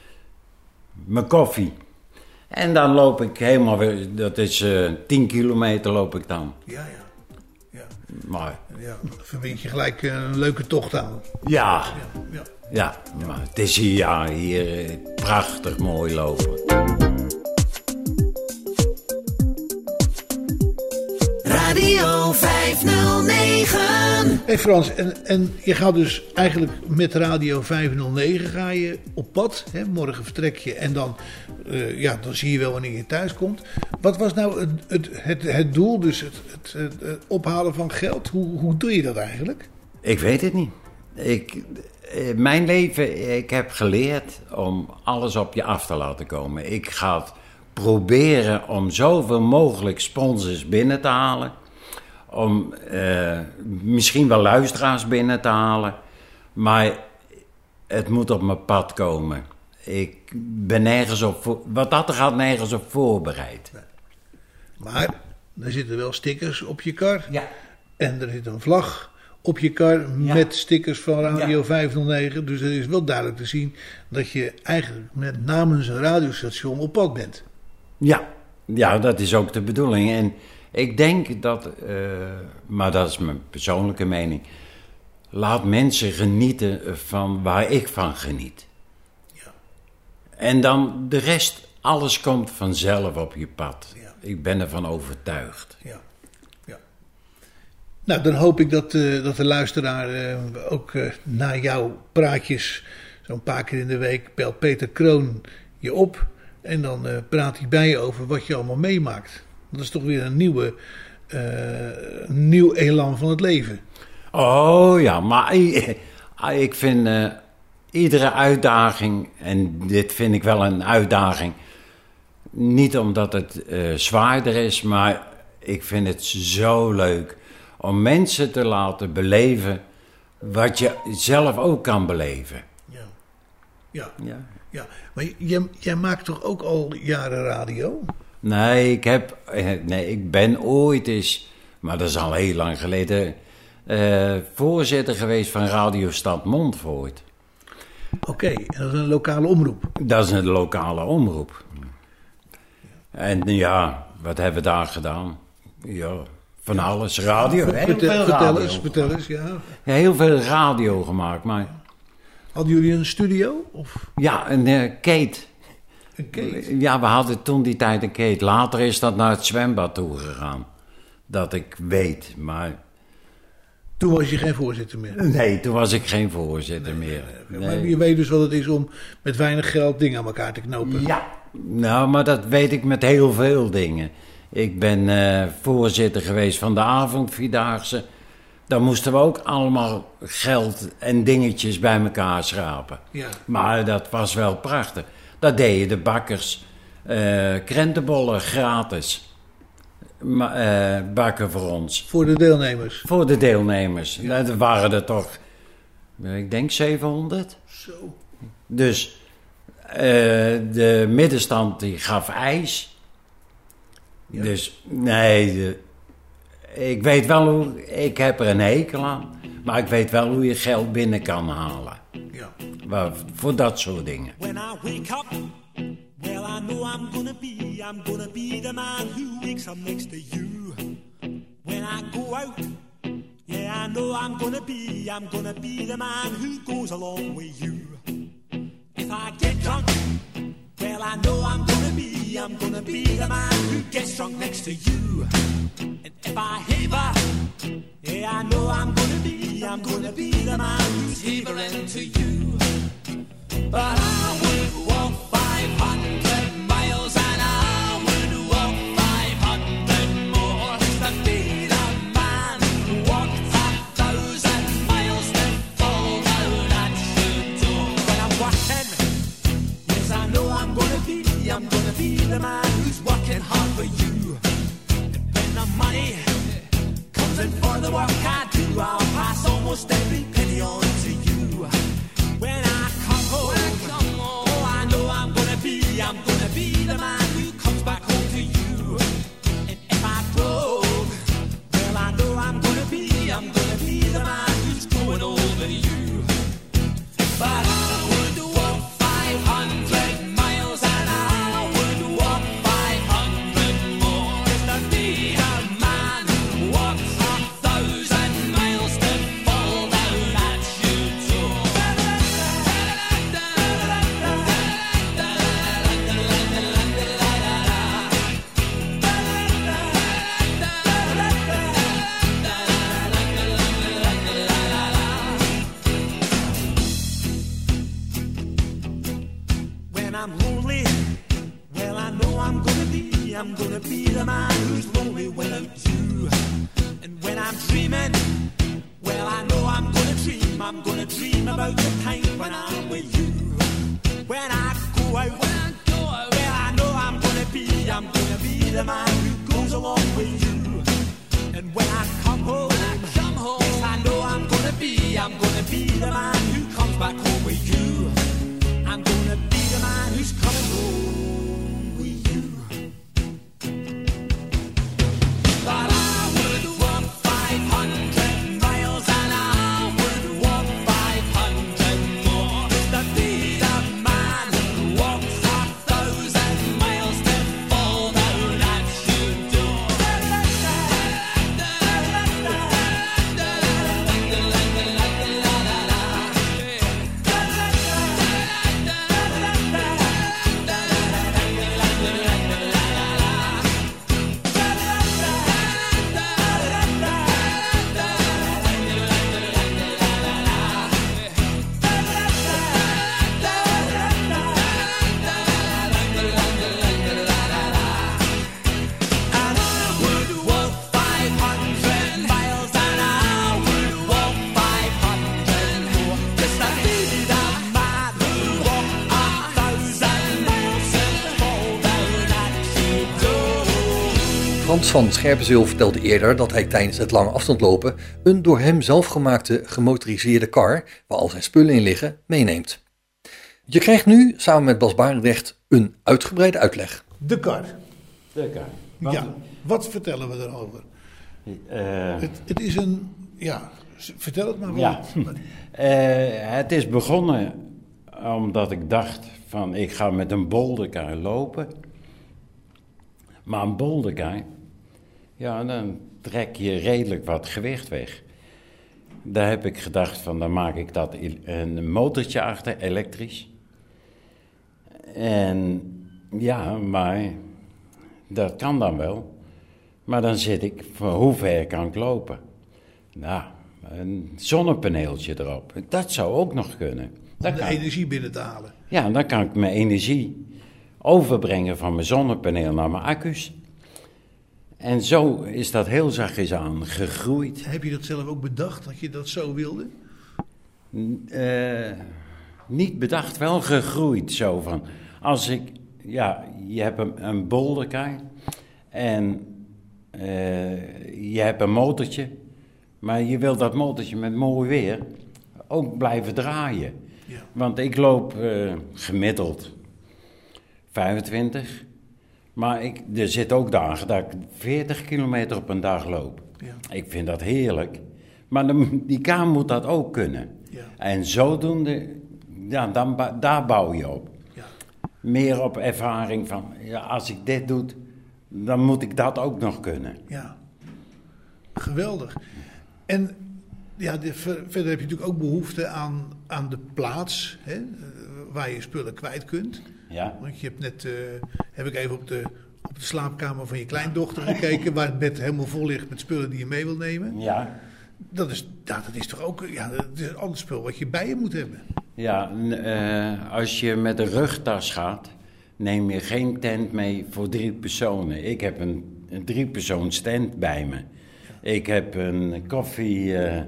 S3: mijn koffie. En dan loop ik helemaal weer. Dat is uh, tien kilometer loop ik dan.
S4: Ja, ja. ja.
S3: Maar,
S4: ja, dan verbind je gelijk een leuke tocht aan.
S3: Ja.
S4: Ja, ja.
S3: Ja, maar het is hier, ja, hier uh, prachtig mooi lopen.
S6: Radio vijfhonderdnegen.
S4: Hey Frans, en, en je gaat dus eigenlijk met Radio vijfhonderdnegen ga je op pad. Hè? Morgen vertrek je en dan, uh, ja, dan zie je wel wanneer je thuis komt. Wat was nou het, het, het, het doel, dus het, het, het, het ophalen van geld? Hoe, hoe doe je dat eigenlijk?
S3: Ik weet het niet. Ik, mijn leven, ik heb geleerd om alles op je af te laten komen. Ik ga proberen om zoveel mogelijk sponsors binnen te halen. Om uh, misschien wel luisteraars binnen te halen. Maar het moet op mijn pad komen. Ik ben nergens op... Voor, wat dat er gaat, nergens op voorbereid.
S4: Maar er zitten wel stickers op je kar.
S3: Ja.
S4: En er zit een vlag op je kar
S3: Ja.
S4: met stickers van Radio
S3: Ja.
S4: vijfhonderdnegen. Dus het is wel duidelijk te zien dat je eigenlijk met namens een radiostation op pad bent.
S3: Ja, ja, dat is ook de bedoeling. En ik denk dat, uh, maar dat is mijn persoonlijke mening... laat mensen genieten van waar ik van geniet.
S4: Ja.
S3: En dan de rest, alles komt vanzelf op je pad.
S4: Ja.
S3: Ik ben ervan overtuigd.
S4: Ja. Ja. Nou, dan hoop ik dat, uh, dat de luisteraar uh, ook uh, na jouw praatjes... zo'n paar keer in de week belt Peter Kroon je op... en dan uh, praat hij bij je over wat je allemaal meemaakt. Dat is toch weer een nieuwe, uh, nieuw elan van het leven.
S3: Oh ja, maar ik, ik vind uh, iedere uitdaging... en dit vind ik wel een uitdaging... niet omdat het uh, zwaarder is... maar ik vind het zo leuk... om mensen te laten beleven... wat je zelf ook kan beleven.
S4: Ja, ja,
S3: Ja.
S4: ja. Maar jij, jij maakt toch ook al jaren radio?
S3: Nee, ik heb... Nee, ik ben ooit eens... maar dat is al heel lang geleden... Uh, voorzitter geweest van Radio Stad Montfoort.
S4: Oké, okay, en dat is een lokale omroep?
S3: Dat is een lokale omroep. En ja, wat hebben we daar gedaan? Ja, van alles. Radio. Heel
S4: Vertel,
S3: veel
S4: vertel
S3: radio
S4: eens, vertel eens, ja.
S3: Ja, heel veel radio gemaakt, maar...
S4: Hadden jullie een studio? Of?
S3: Ja, een uh, Kate.
S4: Een Kate?
S3: Ja, we hadden toen die tijd een Kate. Later is dat naar het zwembad toe gegaan. Dat ik weet, maar...
S4: Toen was je geen voorzitter meer?
S3: Nee, toen was ik geen voorzitter
S4: nee,
S3: meer.
S4: Nee,
S3: nee.
S4: Maar je weet dus wat het is om met weinig geld dingen aan elkaar te knopen.
S3: Ja, nou, maar dat weet ik met heel veel dingen. Ik ben uh, voorzitter geweest van de avondvierdaagse. Daar moesten we ook allemaal geld en dingetjes bij elkaar schrapen.
S4: Ja.
S3: Maar dat was wel prachtig. Dat deden de bakkers. Uh, krentenbollen gratis. Uh, bakken voor ons.
S4: Voor de deelnemers?
S3: Voor de deelnemers. Ja. Dat waren er toch, ik denk zevenhonderd.
S4: Zo.
S3: Dus uh, de middenstand die gaf ijs. Ja. Dus nee, de, ik weet wel hoe, ik heb er een hekel aan. Maar ik weet wel hoe je geld binnen kan halen.
S4: Ja.
S3: Maar voor dat soort dingen.
S6: When I wake up, well I know I'm gonna be, I'm gonna be the man who wakes up next to you. When I go out, yeah I know I'm gonna be, I'm gonna be the man who goes along with you. If I get drunk, well I know I'm gonna be, I'm gonna be the man who gets drunk next to you. And if I haver, yeah I know I'm gonna be, I'm gonna be the man who's havering to you. But I would walk five hundred miles and I would walk five hundred more to be the man who walked a thousand miles to fall down at your door. When I'm working, yes I know I'm gonna be, I'm gonna be the man who's working hard for you. And when the money comes in for the work I do, I'll pass almost every penny on to you. When I come home, oh, I know I'm gonna be, I'm gonna be the man who comes back home to you. And if I broke, well, I know I'm gonna be, I'm gonna be the man who's going over you. But I would walk five hundred miles and I would walk five hundred more just to be the man who walks a thousand miles to fall down at your door. When I'm lonely, well I know I'm gonna be, I'm gonna be the man who's lonely without you. And when I'm dreaming, well I know I'm gonna dream, I'm gonna dream about the time when I'm with you. When I go out, when I go out, well I know I'm gonna be, I'm gonna be the man who goes along with you. And when I come home, when I come home, yes I know I'm gonna be, I'm gonna be the man who comes back home with you.
S2: Frans van Scherpenzeel vertelde eerder dat hij tijdens het lange afstandlopen een door hem zelf gemaakte gemotoriseerde kar, waar al zijn spullen in liggen, meeneemt. Je krijgt nu, samen met Bas Barendrecht, een uitgebreide uitleg.
S4: De kar.
S3: De kar. Wat,
S4: Ja, wat vertellen we erover?
S3: eh,
S4: Het, het is een, ja, s- vertel het maar wel.
S3: Ja. eh, het is begonnen omdat ik dacht van ik ga met een boulderkar lopen. Maar een boulderkar, ja, dan trek je redelijk wat gewicht weg. Daar heb ik gedacht van dan maak ik dat il- een motortje achter, elektrisch. En ja, maar dat kan dan wel. Maar dan zit ik, van hoe ver kan ik lopen? Nou, een zonnepaneeltje erop. Dat zou ook nog kunnen.
S4: Om
S3: Dat
S4: de
S3: kan,
S4: energie binnen te halen.
S3: ja, dan kan ik mijn energie overbrengen van mijn zonnepaneel naar mijn accu's. En zo is dat heel zachtjes aan gegroeid.
S4: Heb je dat zelf ook bedacht, dat je dat zo wilde?
S3: Eh, niet bedacht, wel gegroeid zo van. Als ik, ja, je hebt een, een boulderkar en eh, je hebt een motortje, maar je wil dat motortje met mooi weer ook blijven draaien.
S4: Ja.
S3: Want ik loop eh, gemiddeld vijfentwintig, maar ik, er zitten ook dagen dat ik veertig kilometer op een dag loop.
S4: Ja.
S3: Ik vind dat heerlijk, maar de, die kar moet dat ook kunnen.
S4: Ja.
S3: En zodoende, ja, dan, ba- daar bouw je op.
S4: Ja.
S3: Meer op ervaring van, ja, als ik dit doe, dan moet ik dat ook nog kunnen.
S4: Ja, geweldig. En ja, de, ver- verder heb je natuurlijk ook behoefte aan, aan de plaats, hè, eh, waar je spullen kwijt kunt.
S3: Ja,
S4: Want je hebt net, eh, heb ik even op de, op de slaapkamer van je kleindochter gekeken, waar het bed helemaal vol ligt met spullen die je mee wil nemen.
S3: ja,
S4: Dat is, ja, dat is toch ook, ja, dat is een ander spul wat je bij je moet hebben.
S3: ja. n- eh, als je met een rugtas gaat, neem je geen tent mee voor drie personen. Ik heb een, een driepersoons tent bij me. Ik heb een koffie eh,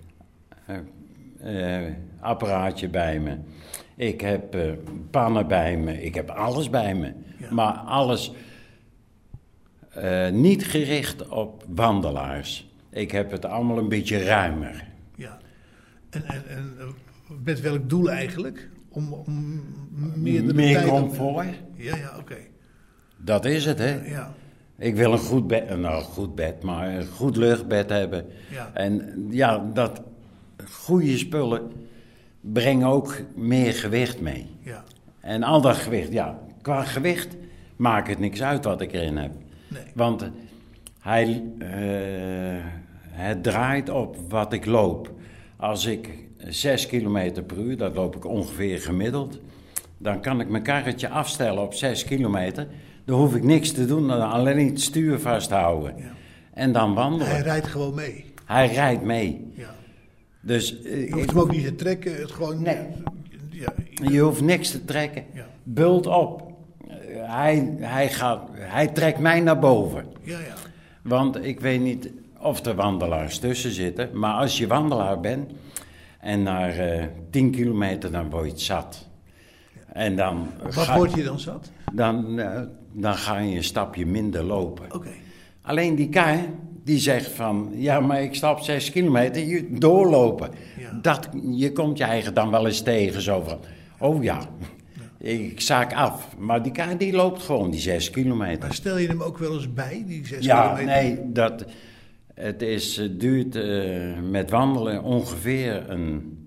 S3: eh, eh, apparaatje bij me. Ik heb eh, pannen bij me. Ik heb alles bij me.
S4: Ja.
S3: Maar alles eh, niet gericht op wandelaars. Ik heb het allemaal een beetje ruimer.
S4: Ja. En, en, en eh, met welk doel eigenlijk? Om, om meerdere
S3: Meer
S4: tijden-
S3: comfort.
S4: Ja, ja, oké.
S3: Dat is het, hè?
S4: Ja,
S3: Ik wil een goed bed, nou goed bed, maar een goed luchtbed hebben.
S4: Ja.
S3: En ja, dat goede spullen brengen ook meer gewicht mee.
S4: ja.
S3: En al dat gewicht, ja, qua gewicht maakt het niks uit wat ik erin heb.
S4: Nee.
S3: Want hij, eh, het draait op wat ik loop. Als ik zes kilometer per uur, dat loop ik ongeveer gemiddeld, dan kan ik mijn karretje afstellen op zes kilometer. Dan hoef ik niks te doen, dan alleen het stuur vasthouden.
S4: Ja.
S3: En dan wandelen.
S4: Hij
S3: Hij,
S4: rijdt gewoon mee.
S3: rijdt mee.
S4: Ja.
S3: Dus eh,
S4: Je hoeft
S3: ik-
S4: hem ook niet te trekken. Het gewoon,
S3: Nee.
S4: Ja,
S3: je hoeft niks te trekken.
S4: Ja.
S3: Bult op. Eh, hij, hij, gaat, hij trekt mij naar boven.
S4: ja, ja.
S3: Want ik weet niet of er wandelaars tussen zitten. Maar als je wandelaar bent en na eh, tien kilometer, dan word je het zat. En dan,
S4: Wat
S3: ga,
S4: word je dan zat?
S3: dan, eh, dan ga je een stapje minder lopen.
S4: Oké.
S3: Alleen die kar, die zegt van, ja, maar ik stap zes kilometer, je doorlopen.
S4: Ja.
S3: Dat, je komt je eigen dan wel eens tegen, zo van, oh ja, ik zaak af. Maar die kar, die loopt gewoon die zes kilometer.
S4: Maar stel je hem ook wel eens bij, die zes
S3: Ja,
S4: kilometer?
S3: nee, dat, het is, het duurt eh, met wandelen ongeveer een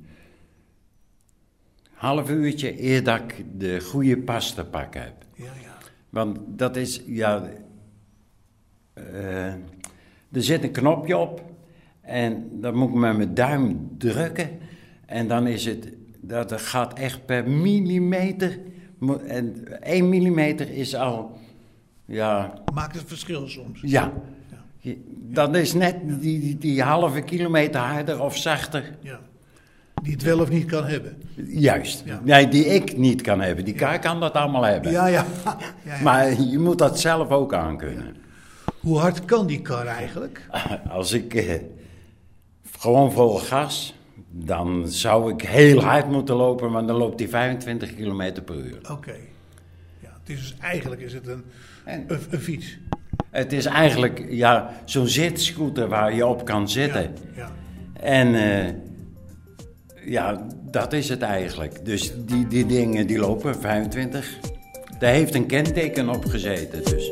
S3: half uurtje eer dat ik de goede pas te pakken heb.
S4: Ja, ja.
S3: Want dat is, ja, eh, er zit een knopje op en dan moet ik met mijn duim drukken en dan is het, dat gaat echt per millimeter, Mo- en één millimeter is al, ja,
S4: Maakt het verschil soms.
S3: ja, je- dat is net die, die, die halve kilometer harder of zachter.
S4: Ja. Die het wel of niet kan hebben.
S3: Juist,
S4: Ja.
S3: nee, die ik niet kan hebben, die kar kan dat allemaal hebben.
S4: Ja, ja. ja, ja.
S3: Maar je moet dat zelf ook aankunnen.
S4: Hoe hard kan die kar eigenlijk?
S3: Als ik eh, gewoon vol gas, dan zou ik heel hard moeten lopen, maar dan loopt hij vijfentwintig kilometer per uur.
S4: Oké. Ja, het is dus eigenlijk is het een,
S3: En-
S4: een, een fiets.
S3: Het is eigenlijk ja, zo'n zitscooter waar je op kan zitten.
S4: Ja, ja.
S3: En uh, ja, dat is het eigenlijk. Dus die, die dingen die lopen vijfentwintig. Daar heeft een kenteken op gezeten. Dus.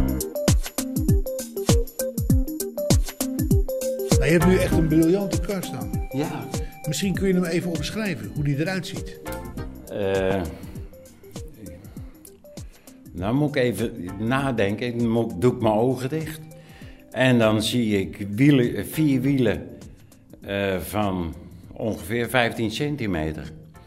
S4: Nou, je hebt nu echt een briljante kar staan.
S3: Ja.
S4: Misschien kun je hem even omschrijven, hoe die eruit ziet.
S3: Uh, nou moet ik even nadenken. Dan moet, doe ik mijn ogen dicht. En dan zie ik wielen, vier wielen uh, van ongeveer vijftien centimeter.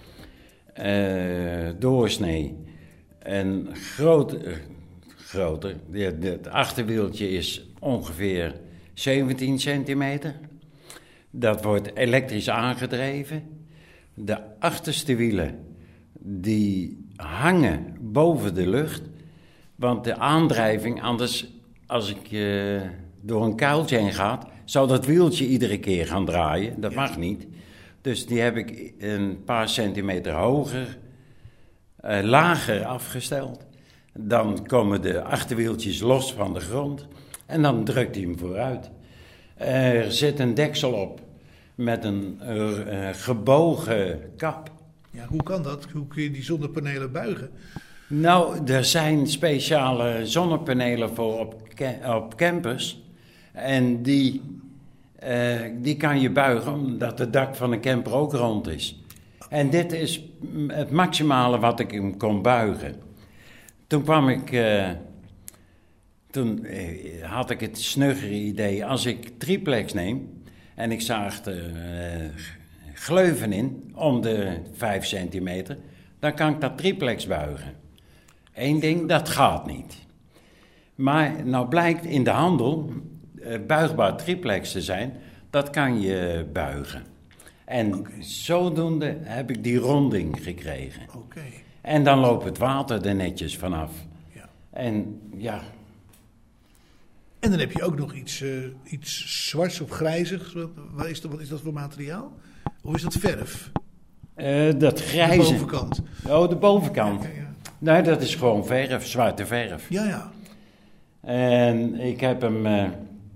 S3: Uh, doorsnee. En groot, uh, groter. Het achterwieltje is ongeveer zeventien centimeter. Dat wordt elektrisch aangedreven. De achterste wielen die hangen boven de lucht. Want de aandrijving, anders als ik uh, door een kuiltje heen ga, zou dat wieltje iedere keer gaan draaien. Dat mag niet. Dus die heb ik een paar centimeter hoger, uh, lager afgesteld. Dan komen de achterwieltjes los van de grond en dan drukt hij hem vooruit. Er zit een deksel op met een uh, gebogen kap.
S4: Ja, hoe kan dat? Hoe kun je die zonnepanelen buigen?
S3: Nou, er zijn speciale zonnepanelen voor op, op campers. En die, uh, die kan je buigen omdat het dak van een camper ook rond is. En dit is het maximale wat ik hem kon buigen. Toen kwam ik... Uh, toen uh, had ik het snuggere idee, als ik triplex neem en ik zaag er uh, gleuven in om de vijf centimeter, dan kan ik dat triplex buigen. Eén ding, dat gaat niet. Maar nou blijkt in de handel uh, buigbaar triplex te zijn, dat kan je buigen. En okay. Zodoende heb ik die ronding gekregen.
S4: Okay.
S3: En dan loopt het water er netjes vanaf.
S4: Ja.
S3: En ja...
S4: En dan heb je ook nog iets, uh, iets zwarts of grijzigs. Wat is dat, wat is dat voor materiaal? Of is dat verf?
S3: Uh, dat grijze...
S4: De bovenkant.
S3: Oh, de bovenkant.
S4: Ja, ja, ja.
S3: Nee, dat is gewoon verf, zwarte verf.
S4: Ja, ja.
S3: En ik heb hem... Uh,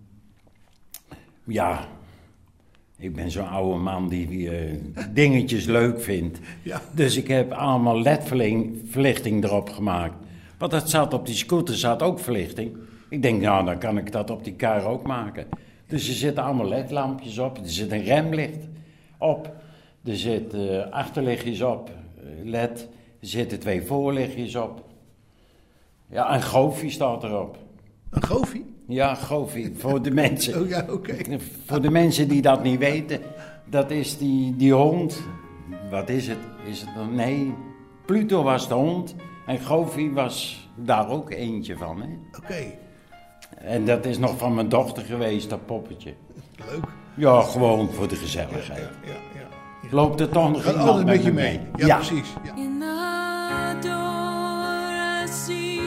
S3: ja... Ik ben zo'n oude man die uh, dingetjes leuk vindt.
S4: Ja.
S3: Dus ik heb allemaal L E D-verlichting erop gemaakt. Want dat zat op die scooter, zat ook verlichting. Ik denk, nou, dan kan ik dat op die kar ook maken. Dus er zitten allemaal L E D-lampjes op. Er zit een remlicht op. Er zitten uh, achterlichtjes op. Uh, L E D. Er zitten twee voorlichtjes op. Ja, een goofie staat erop.
S4: Een goofie?
S3: Ja, goofie. Voor de mensen.
S4: Oh ja, oké. Okay.
S3: Voor de mensen die dat niet weten. Dat is die, die hond. Wat is het? Is het dan? Nee, Pluto was de hond. En Goofy was daar ook eentje van. Oké.
S4: Okay.
S3: En dat is nog van mijn dochter geweest, dat poppetje.
S4: Leuk.
S3: Ja, gewoon voor de gezelligheid.
S4: Ja, ja, ja, ja.
S3: Loopt er toch nog
S4: gaat altijd met je mee. mee. Ja,
S3: ja,
S4: precies. Ja.
S7: In the door I see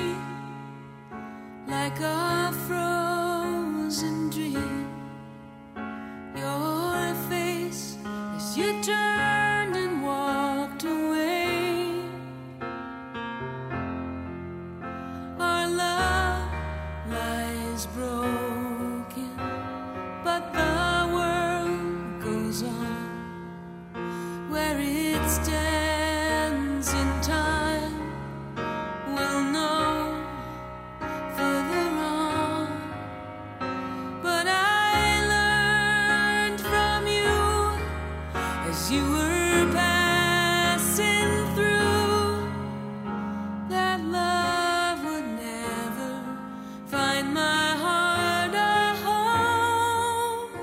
S7: like a frozen dream your face as you turned and walked away. Our love lies broken, but the world goes on where it stands in time. We'll know further on, but I learned from you as you were passing through that love would never find my heart a home.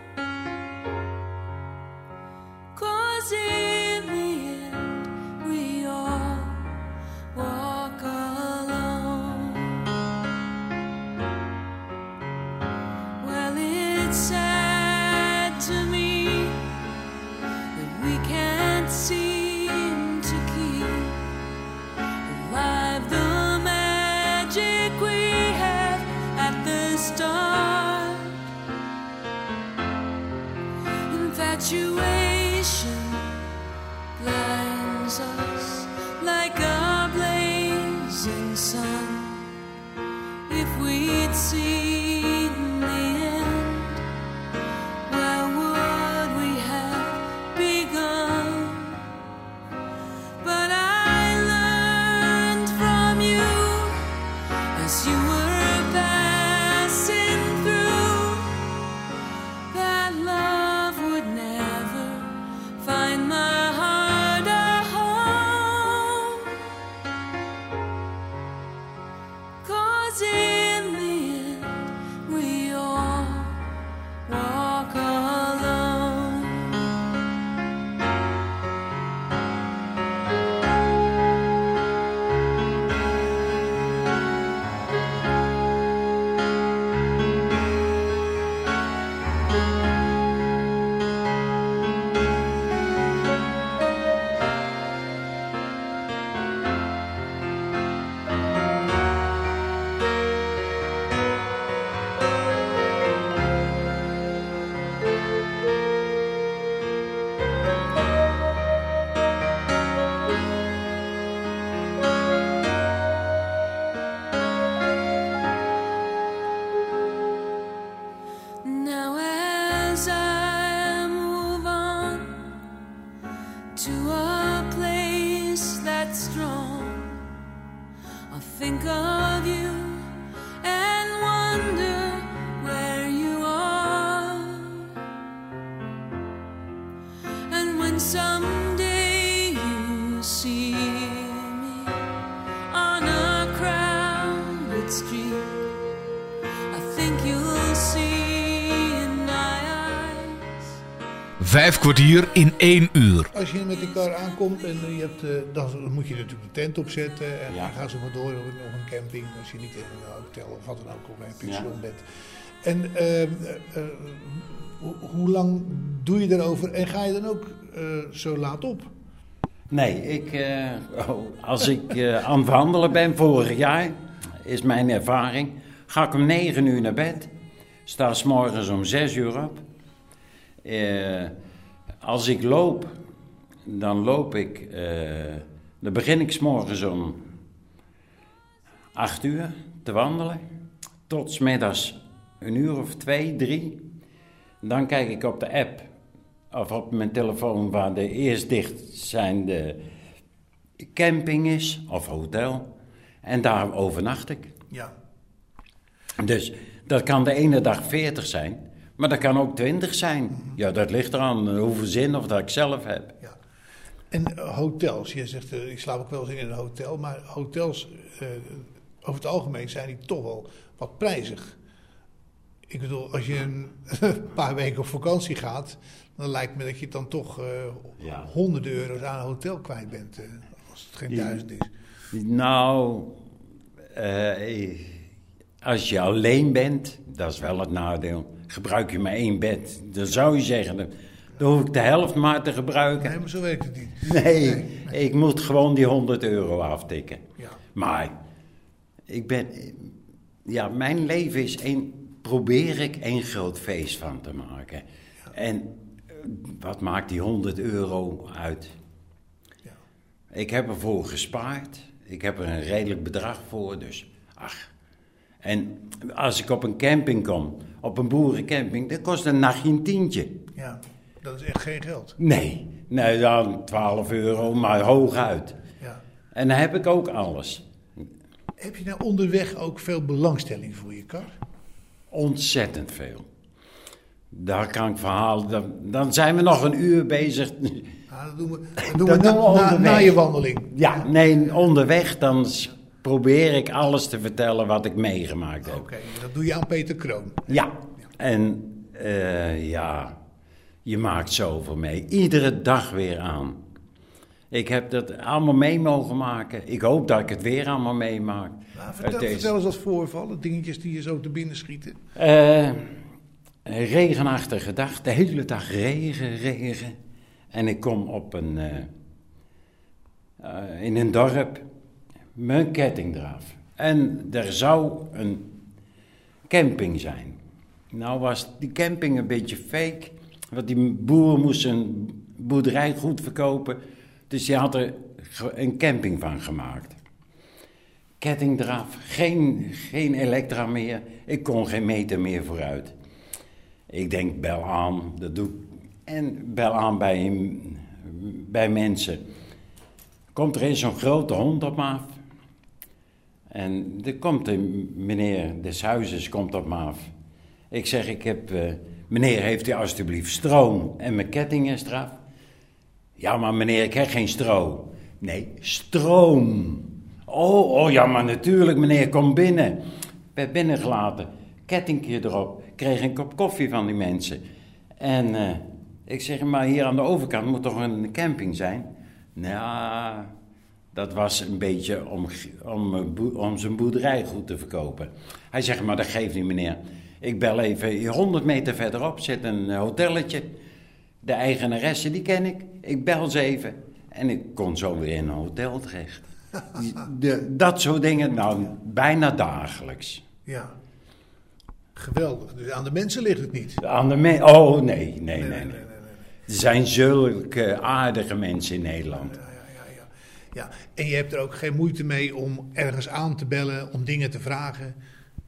S7: 'Cause in the end we all walk alone. Well, it's sad to me that we can't seem to keep alive the magic we had at the start. Infatuation blinds us like a blazing sun. If we'd had seen the end, where would we have begun? But I learned from you as you were passing through that love would never find my heart a home. 'Cause in the end we all walk alone. Now as I move on to a place that's strong, I'll think of you and wonder where you are. And when someday you see me on a crowded street, I think you'll see in my eyes.
S1: Vijf kwartier in één uur.
S4: Als je met die kar aankomt en je hebt, uh, dan moet je natuurlijk de tent opzetten. En
S3: Ja.
S4: dan gaan ze maar door op een camping. Als je niet in een hotel of wat dan ook, of bij een pension
S3: Ja.
S4: bent. En uh, uh, uh, ho- hoe lang doe je erover en ga je dan ook uh, zo laat op?
S3: Nee, ik, eh, oh, als ik eh, aan het wandelen ben, vorig jaar, is mijn ervaring, ga ik om negen uur naar bed, sta 's morgens om zes uur op. Eh, als ik loop, dan loop ik, eh, dan begin ik 's morgens om acht uur te wandelen, tot 's middags een uur of twee, drie. Dan kijk ik op de app, of op mijn telefoon, waar de eerst dichtzijnde camping is, of hotel. En daar overnacht ik.
S4: Ja.
S3: Dus dat kan de ene dag veertig zijn, maar dat kan ook twintig zijn. Ja, dat ligt eraan eh, hoeveel zin of dat ik zelf heb.
S4: Ja. En uh, hotels, je zegt, uh, ik slaap ook wel eens in een hotel, maar hotels, uh, over het algemeen zijn die toch wel wat prijzig. Ik bedoel, als je een paar weken op vakantie gaat, dan lijkt me dat je dan toch uh,
S3: Ja.
S4: honderden euro's aan een hotel kwijt bent, uh, als het geen
S3: Ja.
S4: duizend is.
S3: Nou, eh, als je alleen bent, dat is wel het nadeel. Gebruik je maar één bed, dan zou je zeggen, dan, dan hoef ik de helft maar te gebruiken.
S4: Nee, maar zo werkt het niet.
S3: Nee, ik moet gewoon die honderd euro aftikken.
S4: Ja.
S3: Maar ik ben, ja, mijn leven is één, probeer ik één groot feest van te maken. En eh, wat maakt die honderd euro uit?
S4: Ja.
S3: Ik heb ervoor gespaard. Ik heb er een redelijk bedrag voor, dus ach. En als ik op een camping kom, op een boerencamping, dat kost een nachtje een tientje.
S4: Ja, dat is echt geen geld.
S3: Nee, nee dan twaalf euro, maar hooguit.
S4: Ja.
S3: En dan heb ik ook alles.
S4: Heb je nou onderweg ook veel belangstelling voor je kar?
S3: Ontzettend veel. Daar kan ik verhalen. Dan, dan zijn we nog een uur bezig.
S4: Nou, dat doen we, dat doen
S3: Dat
S4: we, na,
S3: doen we
S4: na,
S3: onderweg.
S4: na je wandeling.
S3: Ja, nee, onderweg dan s- probeer ik alles te vertellen wat ik meegemaakt heb.
S4: Oké, dat doe je aan Peter Kroon.
S3: Ja, en eh, ja, je maakt zoveel mee. Iedere dag weer aan. Ik heb dat allemaal mee mogen maken. Ik hoop dat ik het weer allemaal meemaak.
S4: Nou, vertel,
S3: Het is-
S4: vertel eens wat voorvallen, dingetjes die je zo te binnen schieten.
S3: Eh, een regenachtige dag, de hele dag regen, regen. En ik kom op een, eh, uh, in een dorp, mijn ketting eraf. En er zou een camping zijn. Nou was die camping een beetje fake, want die boer moest zijn boerderij goed verkopen. Dus die had er ge- een camping van gemaakt. ketting eraf, geen, geen elektra meer. Ik kon geen meter meer vooruit. Ik denk, bel aan, dat doe ik. En bel aan bij, bij mensen. Komt er eens zo'n grote hond op me af. En er komt de meneer des huizes komt op me af. Ik zeg, ik heb, uh, meneer, heeft u alstublieft stroom? En mijn ketting is eraf. Ja, maar meneer, ik heb geen stro. Nee, stroom. Oh, oh ja, maar natuurlijk, meneer, kom binnen. Werd binnengelaten, kettingje erop. Kreeg een kop koffie van die mensen. En uh, ik zeg, maar hier aan de overkant moet toch een camping zijn? Nou, dat was een beetje om, om, om zijn boerderij goed te verkopen. Hij zegt, maar dat geeft niet, meneer. Ik bel even, honderd meter verderop zit een hotelletje. De eigenaresse, die ken ik. Ik bel ze even. En ik kon zo weer in een hotel terecht. De, dat soort dingen, nou, bijna dagelijks.
S4: Ja. Geweldig. Dus aan de mensen ligt het niet.
S3: Aan de mensen? Oh, nee, nee, nee. nee, nee.
S4: nee, nee, nee.
S3: Er zijn zulke aardige mensen in Nederland.
S4: Ja, ja, ja, ja. Ja, en je hebt er ook geen moeite mee om ergens aan te bellen, om dingen te vragen.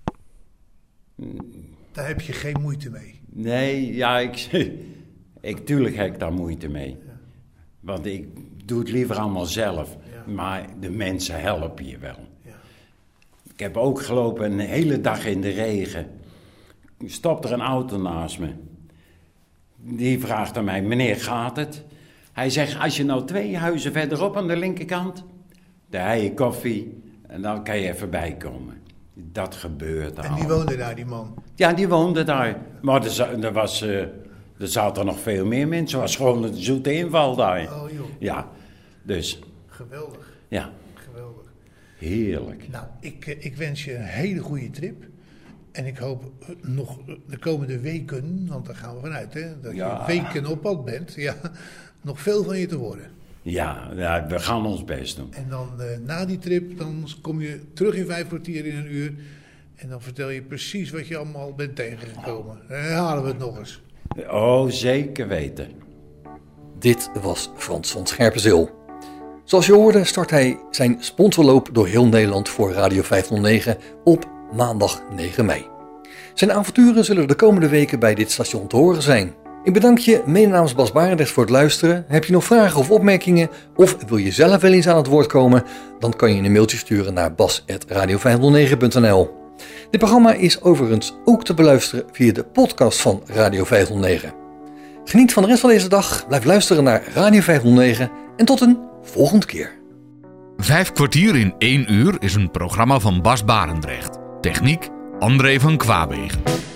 S4: Daar heb je geen moeite mee.
S3: Nee, ja, ik, ik tuurlijk heb ik daar moeite mee. Ja. Want ik doe het liever allemaal zelf. Ja. Maar de mensen helpen je wel. Ja. Ik heb ook gelopen een hele dag in de regen. Stopt er een auto naast me. Die vraagt aan mij, meneer, gaat het? Hij zegt, als je nou twee huizen verderop aan de linkerkant, daar heb je koffie en dan kan je even bijkomen. Dat gebeurt al.
S4: En die woonde daar, die man?
S3: Ja, die woonde daar. Maar er, er, was, uh, er zaten nog veel meer mensen. Het was gewoon een zoete inval daar.
S4: Oh joh.
S3: Ja, dus.
S4: Geweldig.
S3: Ja.
S4: Geweldig.
S3: Heerlijk.
S4: Nou, ik, ik wens je een hele goede trip. En ik hoop nog de komende weken, want daar gaan we vanuit, hè, dat ja. je weken op pad bent, ja, nog veel van je te horen.
S3: Ja, ja, we gaan ons best doen.
S4: En dan uh, na die trip, dan kom je terug in vijf kwartier in een uur. En dan vertel je precies wat je allemaal bent tegengekomen. Dan herhalen we het nog eens.
S3: Oh, zeker weten.
S2: Dit was Frans van Scherpenzeel. Zoals je hoorde start hij zijn sponsorloop door heel Nederland voor Radio vijfhonderdnegen op maandag negen mei. Zijn avonturen zullen de komende weken bij dit station te horen zijn. Ik bedank je mede namens Bas Barendrecht voor het luisteren. Heb je nog vragen of opmerkingen of wil je zelf wel eens aan het woord komen? Dan kan je een mailtje sturen naar bas apenstaartje radio vijfhonderdnegen punt n l. Dit programma is overigens ook te beluisteren via de podcast van Radio vijfhonderdnegen. Geniet van de rest van deze dag, blijf luisteren naar Radio vijfhonderdnegen en tot een volgende keer.
S1: Vijf kwartier in één uur is een programma van Bas Barendrecht. Techniek André van Kwaabegen.